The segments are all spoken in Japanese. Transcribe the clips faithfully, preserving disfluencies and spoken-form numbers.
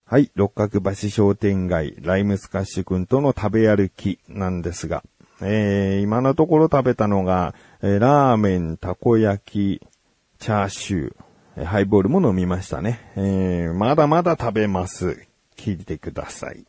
はい、六角橋商店街、ライムスカッシュくんとの食べ歩きなんですが、えー、今のところ食べたのが、えー、ラーメン、たこ焼き、チャーシュー、えー、ハイボールも飲みましたね。えー、まだまだ食べます。聞いてください。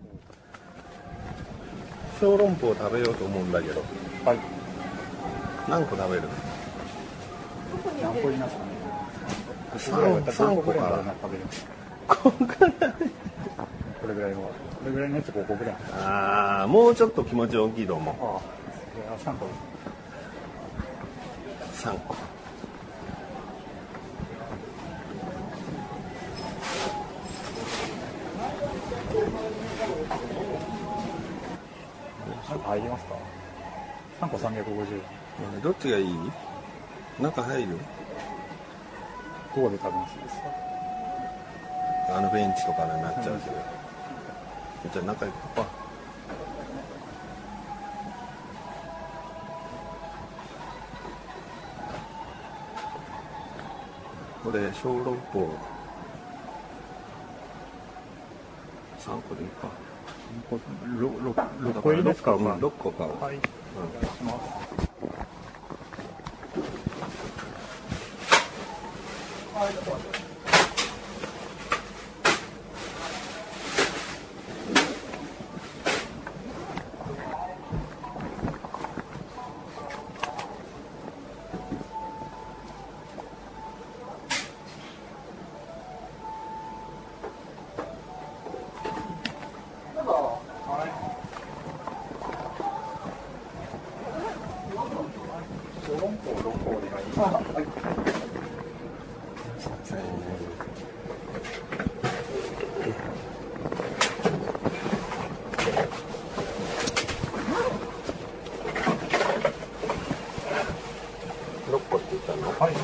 小籠包食べようと思うんだけど。 はい。 何個食べる？ 何個いますかね。 三個から。 これぐらいの、これぐらいのやつごこぐらい。 ああ、もうちょっと気持ち大きいと思う。 ああ、三個。 三個。 入りますか。三個三百五十円。 どっちがいい？中入る？ どこで食べますですか。 あのベンチとかになっちゃうけど、うん、じゃあ中行こうか。これ小籠包さんこでいいか。 ろっこ入りですか。 ろっこ買う。 はい、うん、お願いします。はい、 ろっこって言ったの？ はい。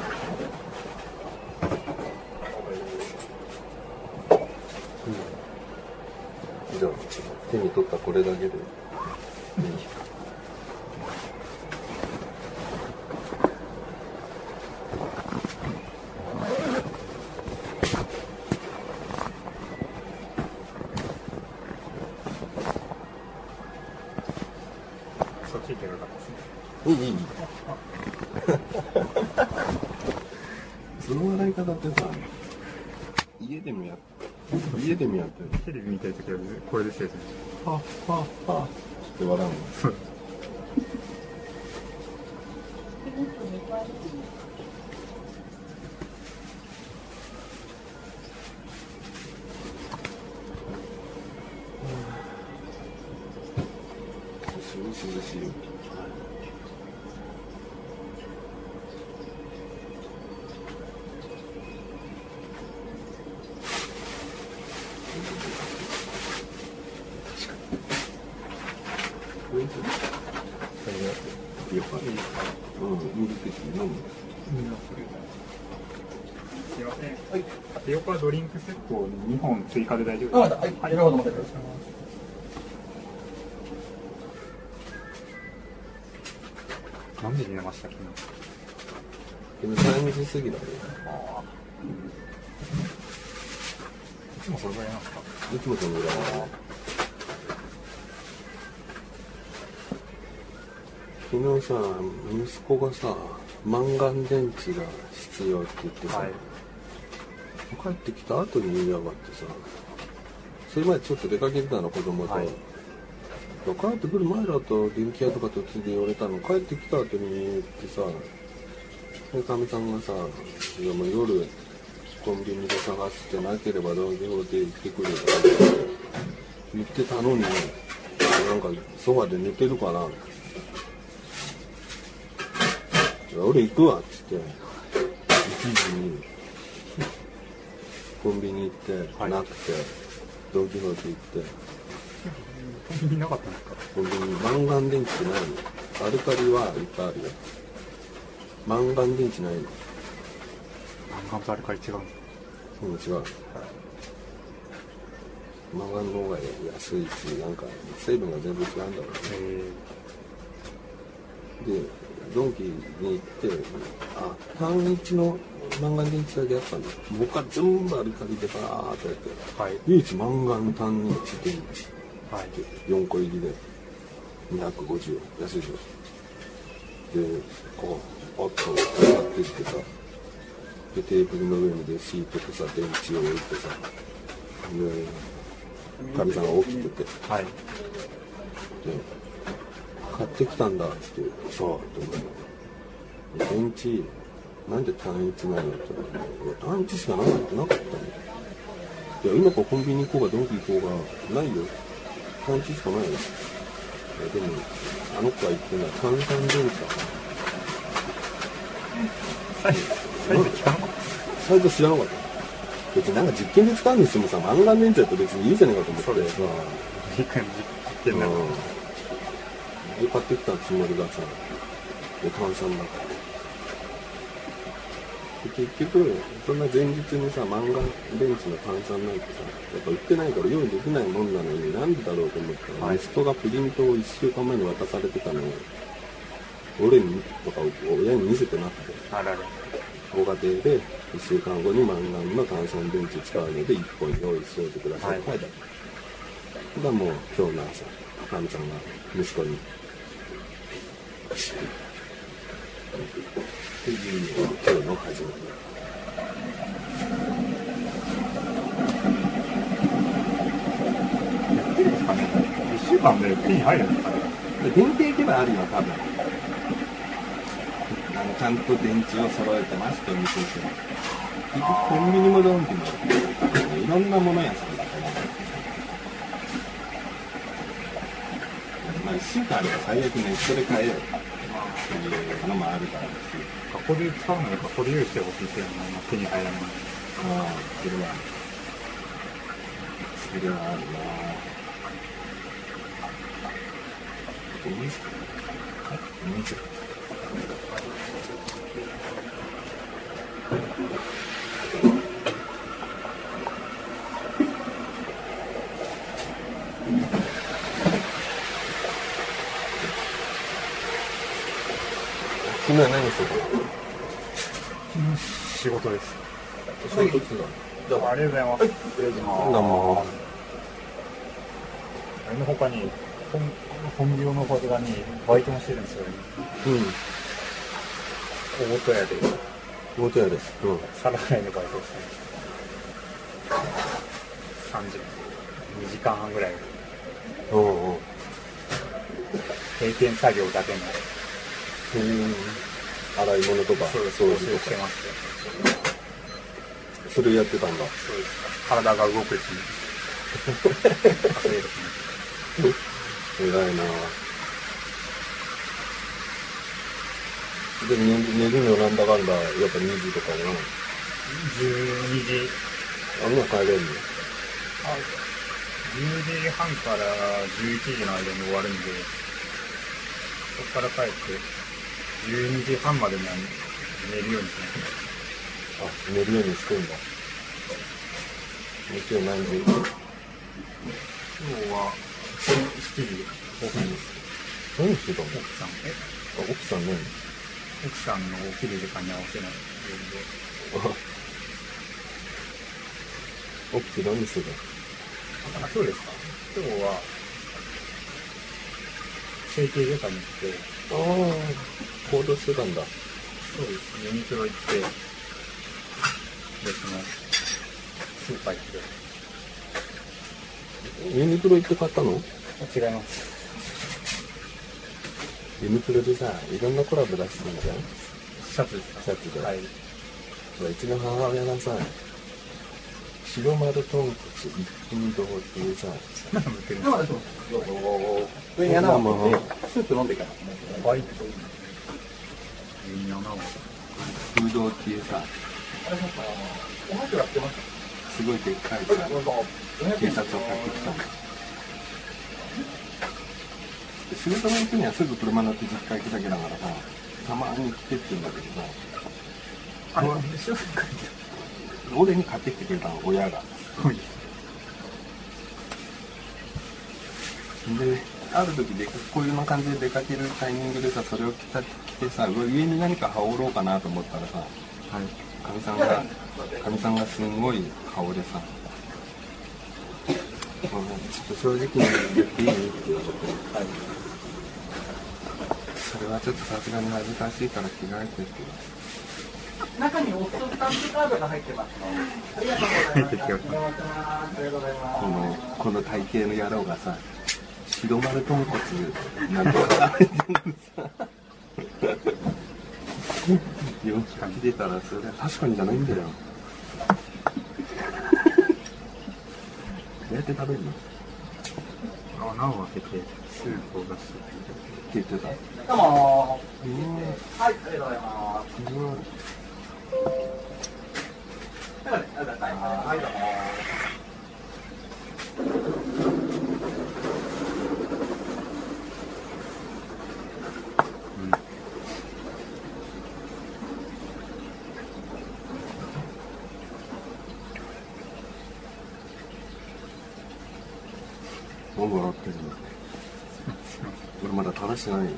うん、じゃあ手に取ったこれだけでいい。 そっち行けばよかったですね。 いいいい。その笑い方ってさ、家でもや家でもやってる。 テレビ見たいときはこれでせいぜい。 はあはあはあって笑うの。涼しい涼しい。よかった。うん、ミルクティー飲む。 すいません。はい。タピオカドリンクセットをにほん追加で大丈夫ですか。あ、はい。ありがとうございます。何時に寝ましたっけ。 でもさんじ過ぎだね。 ああ。いつもそれぐらいなんですか。 いつもそのぐらい。昨日さ、息子がさ、マンガン電池が必要って言ってさ、はい、帰ってきた後に言いやがってさ、それまでちょっと出かけてたの子供と、はい、帰ってくる前だと電気屋とか途中で言われたの、帰ってきた後に言ってさ、でかみさんがさ、いやもう夜コンビニで探してなければ同時法で行ってくれとか言ってたのに、なんかそばで寝てるかな。俺行くわっつっていちじにコンビニ行って、はい、なくてドン・キホーテ行ってコンビニなかったんですか。 コンビニマンガン電池ないの。アルカリはいっぱいあるよ。マンガン電池ないの。 マンガンとアルカリ違うんですか。 うん、違う。マンガンの方が安いし、なんか成分が全部違うんだろうね。でドンキに行って、あ、単一のマンガン電池だけあったんだ。他全部アルカリでバーっとやって、はい、唯一マンガン単日電池、はい、よんこ入りでにひゃくごじゅうえん、安いでしょ。でこうパッと使ってってさ、でテーブルの上にレシートとさ電池を置いてさ、でかみさんが起きてて、はい、で買ってきたんだっつってさあと思って、電池なんで単一なのって言ったら、単一しかなかったんだよ。いや今からコンビニ行こうがドンキ行こうがないよ、単一しかないよ。いやでもあの子は言ってるのは炭酸電池だから。サイズサイズ知らなかった。別になんか実験で使うにしてもさ、マンガン電池だと別にいいじゃないかと思って。そうですね。実験だから。で買ってきたつもりがさ、で炭酸だから。結局そんな前日にさ、マンガン電池の炭酸なんてさ、やっぱ売ってないから用意できないもんなのに、なんでだろうと思ったら、はい、息子がプリントをいっしゅうかんまえに渡されてたのを俺にとか親に見せてなくて、あららご家庭でいっしゅうかんごにマンガンの炭酸電池使うのでいっぽん用意しておいてくださいって書いてある。だからもう今日の朝かみさんが息子にっていうのが今日の始まり。やってるんですかね。いっしゅうかんで手に入るんですかね。限定行けばあるよ多分。あのちゃんと電池を揃えてますと見せて。結局コンビニもドンキもいろんなもの屋さんだから。まあいっしゅうかんあれば最悪ネットで買えよっていうのもあるからですし。ここで使うのにここで用意してほしいっていうのは手に入らない。ああ、それはそれはあるな。お水お水昨日は何してたの？仕事です。仕事ですか？はい、ありがとうございます。失礼します。どうも。あれの他に本本業のほかにバイトもしてるんですよね。うん。大戸屋で。大戸屋です。うん。皿洗いのバイトをしてます。三時間、二時間半ぐらい。おうおう。閉店作業だけの。うん。洗い物とか掃除とかしてます。それやってたんだ。そうです。体が動くし。偉いな。で寝寝るのなんだかんだやっぱにじとかな。じゅうにじ。あんな帰れるの？あ、じゅうじはんからじゅういちじの間に終わるんで、そこから帰ってじゅうにじはんまでには寝るようにします。あ、寝るようにしてんだ。今日何時？今日はしちじごふんです。何してたの？奥さん。え？あ、奥さんね。奥さんの起きる時間に合わせないようで。起きて何してたの？あ、そうですか。今日は整形外科に行って。ああ、行動してたんだ。そうです。ユニクロ行って、で、そのスーパー行って。ユニクロ行って買ったの？違います。ユニクロでさ、いろんなコラボ出してるじゃん。シャツですか？シャツで。はい。うちの母親がさ、白丸豚骨一品堂っていうさ、そんなの売ってるんですか？上に穴を開けて、スープ飲んでから。はい。上に穴を開けて。空洞っていうさ、お箸やってます。すごいでっかいさ、警察を買ってきたの。仕事の人にはすぐ車乗って実家行くだけだからさ、たまに来てって言うんだけどさ、あれでしょ？俺に買ってきてくれたの、親が。で、ある時でこういう感じで出かけるタイミングでさ、それを着た着てさ、上に何か羽織ろうかなと思ったらさ、 かみさんがかみさんがすんごい顔でさ、ちょっと正直に言っていいって言われて、はい、それはちょっとさすがに恥ずかしいから着替えてって言われて。 中にオフトスタンプカードが入ってますので、ありがとうございます。 このこの体型の野郎がさ、白丸豚骨なんとか食べてるさ、よく着てたらそれ確かにじゃないんだよ。どうやって食べるの？ 穴を開けてスープを出してって言ってた。 どうもー。うん、はい、ありがとうございます。うん、はい、どうも何笑ってるの？俺まだ正してないよ。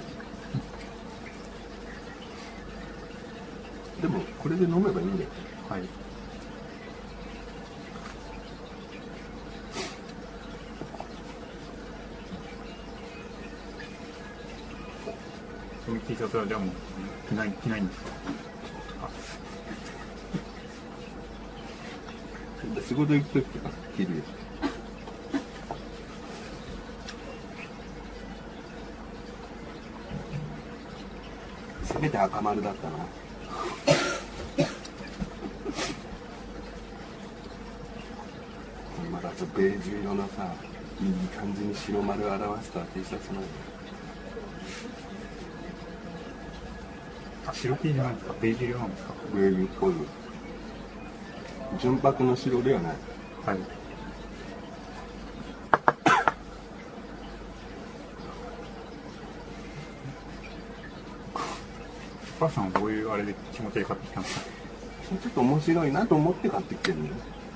でもこれで飲めばいいんだよ。 はい。そういう T シャツはじゃあもう着ない着ないんですか？ あ、仕事行くときは着るよ。せめて赤丸だったな。まだちょっとベージュ色のさ、いい感じに白丸を表した T シャツなんだよ。 あ、白 T じゃないですか？ベージュ色なんですか？ ベージュっぽい。純白の白ではない。 はい。お母さんはどういうあれで気持ちで買ってきたんですか？ ちょっと面白いなと思って買ってきてるのよ。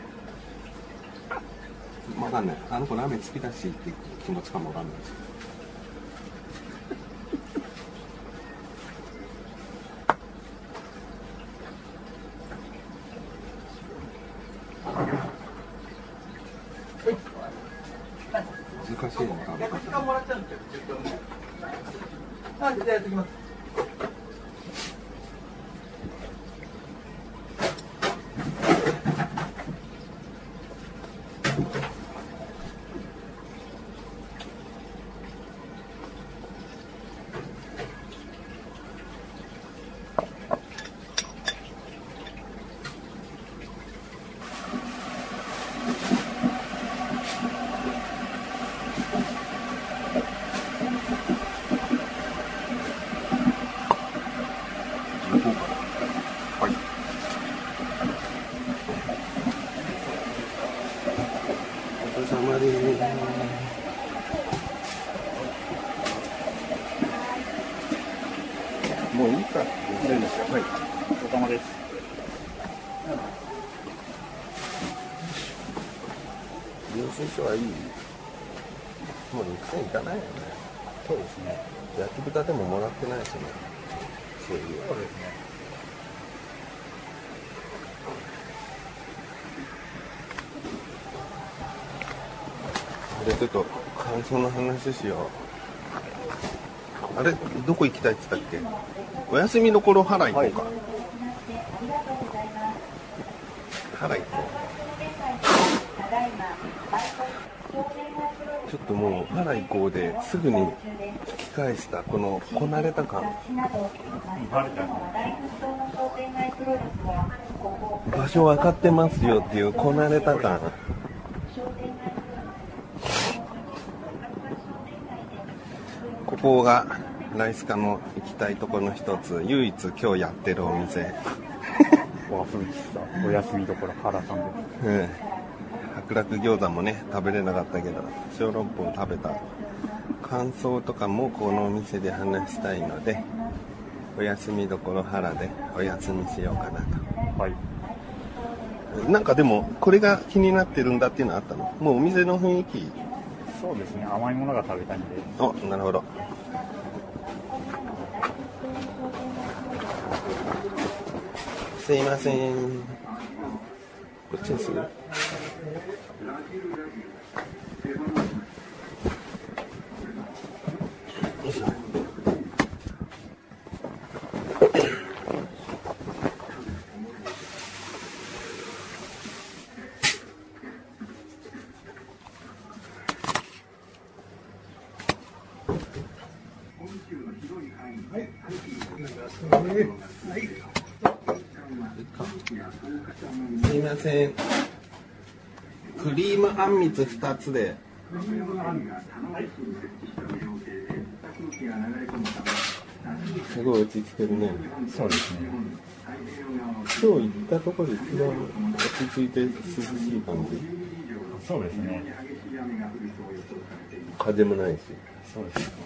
わかんない。あの子ラーメン好きだしっていう気持ちかもわかんないし。難しいのか。 逆時間もらっちゃうんですよ。あ、じゃあやってきます。 もういいか。 はい。お疲れ様です。 領収書はいい。もう肉線いかないよね。 そうですね。 焼き豚でももらってないしね。そういう。 そうですね。 でちょっと感想の話しよう。あれどこ行きたいって言ったっけ？お休みの頃原行こうか。はい、原行こう。ちょっともう原行こうですぐに引き返したこのこなれた感。場所分かってますよっていうこなれた感。ここがライスカの行きたいところの一つ、唯一今日やってるお店。 和風喫茶お休みどころ原さんです。 うん。白楽餃子もね食べれなかったけど小籠包を食べた感想とかもこのお店で話したいので、お休みどころ原でお休みしようかなと。 はい。 なんかでもこれが気になってるんだっていうのはあったの？もうお店の雰囲気。 そうですね。甘いものが食べたいんで。 お、なるほど。 すいません。こっちにする？すいません。クリームあんみつふたつで。すごい落ち着けるね。 そうですね。 今日行ったところで一番落ち着いて涼しい感じ。 そうですね。 風もないし。 そうですね。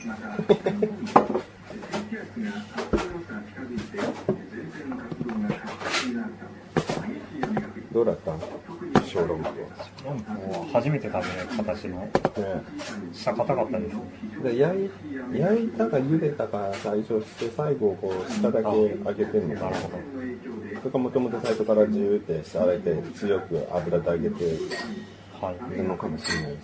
どうだった小籠包？ 初めて食べる形の、ね、下硬かったですね。 で焼い、焼いたか茹でたか最初して最後こう下だけ揚げてるのかな。それかもともと最初からジューってしてあれて強く油で揚げてるのかもしれないです。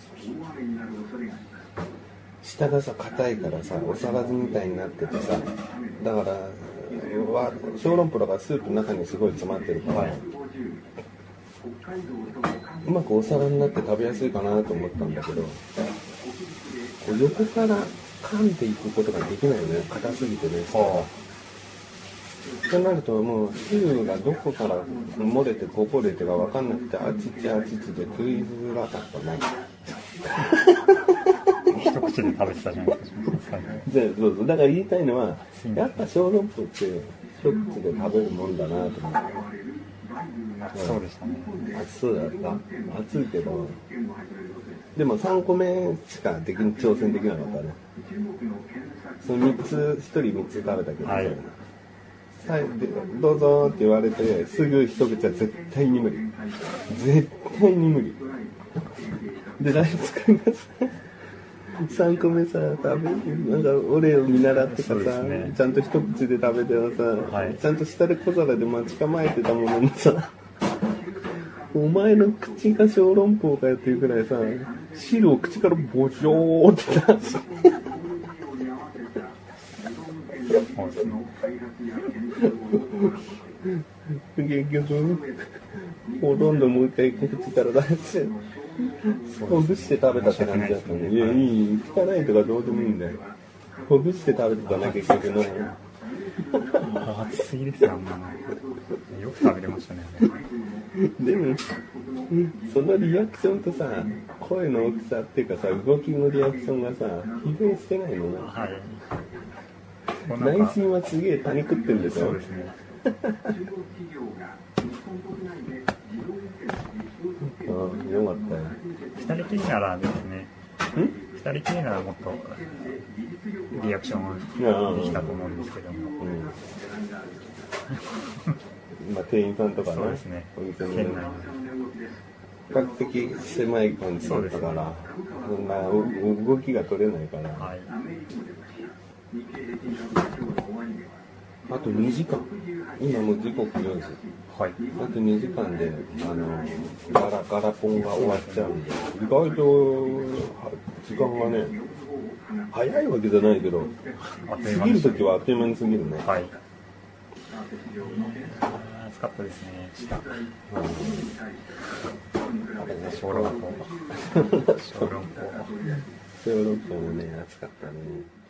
下がさ硬いからさおさらずみたいになっててさ、だから小籠包だからスープの中にすごい詰まってるから、はい、うまくお皿になって食べやすいかなと思ったんだけど、横から噛んでいくことができないよね、硬すぎてね。そうなるともう汁がどこから漏れてこぼれてか分かんなくてあちちあちちで食いづらかったね。 一口で食べてたじゃないですか。 でそうそうだから言いたいのはやっぱ小籠包って一口で食べるもんだなと思って。 そうでしたね。 熱そうだった。熱いけどでもさんこめしかでき挑戦できなかったね。そのみっつひとりみっつ食べたけど、はい、どうぞって言われてすぐ一口は絶対に無理絶対に無理でライス君がささんこめさ食べなんか俺を見習ってかさ、ね、ちゃんと一口で食べてはさ、はい、ちゃんと下で小皿で待ち構えてたものにさお前の口が小籠包かよっていうくらいさ汁を口からボジョーって出して結局ほとんどもう一回口から出してほぐして食べたって感じだったね。いやいい汚いとかどうでもいいんだよ。ほぐして食べてたね結局ね。 熱いですよ、あんなの。よく食べれましたね。 でもそのリアクションとさ声の大きさっていうかさ動きのリアクションがさ比例してないのな。はい。内心はすげえパニクってるんでしょ。そうですね。ああ、よかったよ。 二人きりならですね。二人きりならもっとリアクションできたと思うんですけども。うん、 まあ店員さんとかね。 そうですね。店内。 比較的狭い感じだったから、そんな動きが取れないから。はい。あとにじかん。今もう時刻よじ。はい。あとにじかんで、あの、ガラ、ガラポンが終わっちゃうんで、意外と、時間がね、早いわけじゃないけど、過ぎるときはあっという間に過ぎるね。はい。 暑かったですね、下。小籠包。小籠包。 小籠包もね、暑かったね。